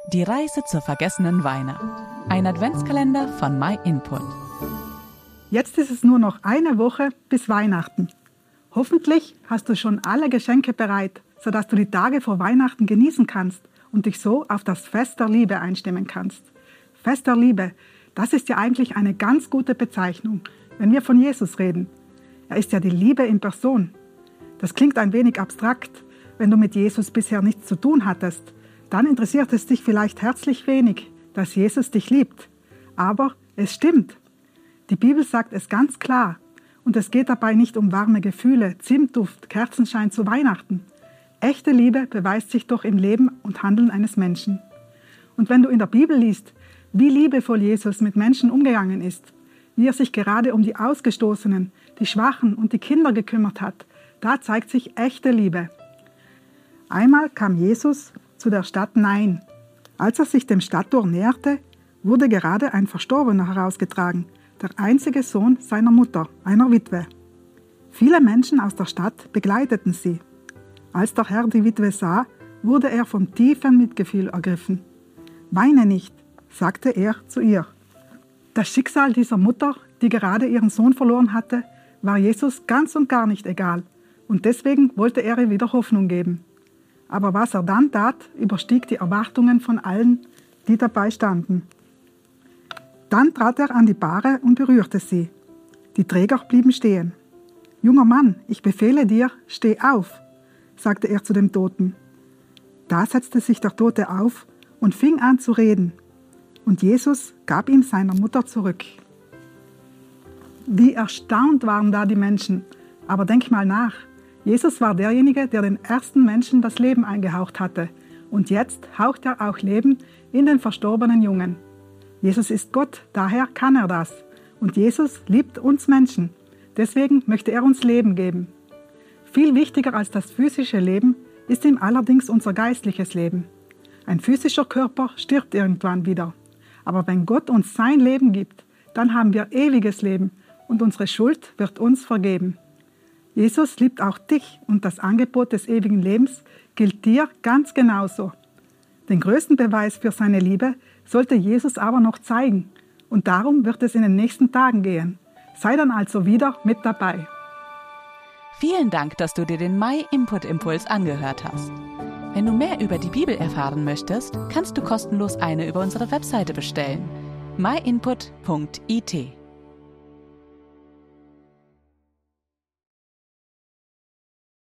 Die Reise zur vergessenen Weihnacht. Ein Adventskalender von MyInput. Jetzt ist es nur noch eine Woche bis Weihnachten. Hoffentlich hast du schon alle Geschenke bereit, sodass du die Tage vor Weihnachten genießen kannst und dich so auf das Fest der Liebe einstimmen kannst. Fest der Liebe, das ist ja eigentlich eine ganz gute Bezeichnung, wenn wir von Jesus reden. Er ist ja die Liebe in Person. Das klingt ein wenig abstrakt, wenn du mit Jesus bisher nichts zu tun hattest. Dann interessiert es dich vielleicht herzlich wenig, dass Jesus dich liebt. Aber es stimmt. Die Bibel sagt es ganz klar. Und es geht dabei nicht um warme Gefühle, Zimtduft, Kerzenschein zu Weihnachten. Echte Liebe beweist sich doch im Leben und Handeln eines Menschen. Und wenn du in der Bibel liest, wie liebevoll Jesus mit Menschen umgegangen ist, wie er sich gerade um die Ausgestoßenen, die Schwachen und die Kinder gekümmert hat, da zeigt sich echte Liebe. Einmal kam Jesus zu der Stadt Nain. Als er sich dem Stadttor näherte, wurde gerade ein Verstorbener herausgetragen, der einzige Sohn seiner Mutter, einer Witwe. Viele Menschen aus der Stadt begleiteten sie. Als der Herr die Witwe sah, wurde er von tiefem Mitgefühl ergriffen. »Weine nicht«, sagte er zu ihr. Das Schicksal dieser Mutter, die gerade ihren Sohn verloren hatte, war Jesus ganz und gar nicht egal, und deswegen wollte er ihr wieder Hoffnung geben. Aber was er dann tat, überstieg die Erwartungen von allen, die dabei standen. Dann trat er an die Bahre und berührte sie. Die Träger blieben stehen. »Junger Mann, ich befehle dir, steh auf«, sagte er zu dem Toten. Da setzte sich der Tote auf und fing an zu reden. Und Jesus gab ihm seiner Mutter zurück. Wie erstaunt waren da die Menschen. Aber denk mal nach. Jesus war derjenige, der den ersten Menschen das Leben eingehaucht hatte. Und jetzt haucht er auch Leben in den verstorbenen Jungen. Jesus ist Gott, daher kann er das. Und Jesus liebt uns Menschen. Deswegen möchte er uns Leben geben. Viel wichtiger als das physische Leben ist ihm allerdings unser geistliches Leben. Ein physischer Körper stirbt irgendwann wieder. Aber wenn Gott uns sein Leben gibt, dann haben wir ewiges Leben und unsere Schuld wird uns vergeben. Jesus liebt auch dich und das Angebot des ewigen Lebens gilt dir ganz genauso. Den größten Beweis für seine Liebe sollte Jesus aber noch zeigen und darum wird es in den nächsten Tagen gehen. Sei dann also wieder mit dabei. Vielen Dank, dass du dir den MyInput-Impuls angehört hast. Wenn du mehr über die Bibel erfahren möchtest, kannst du kostenlos eine über unsere Webseite bestellen. myinput.it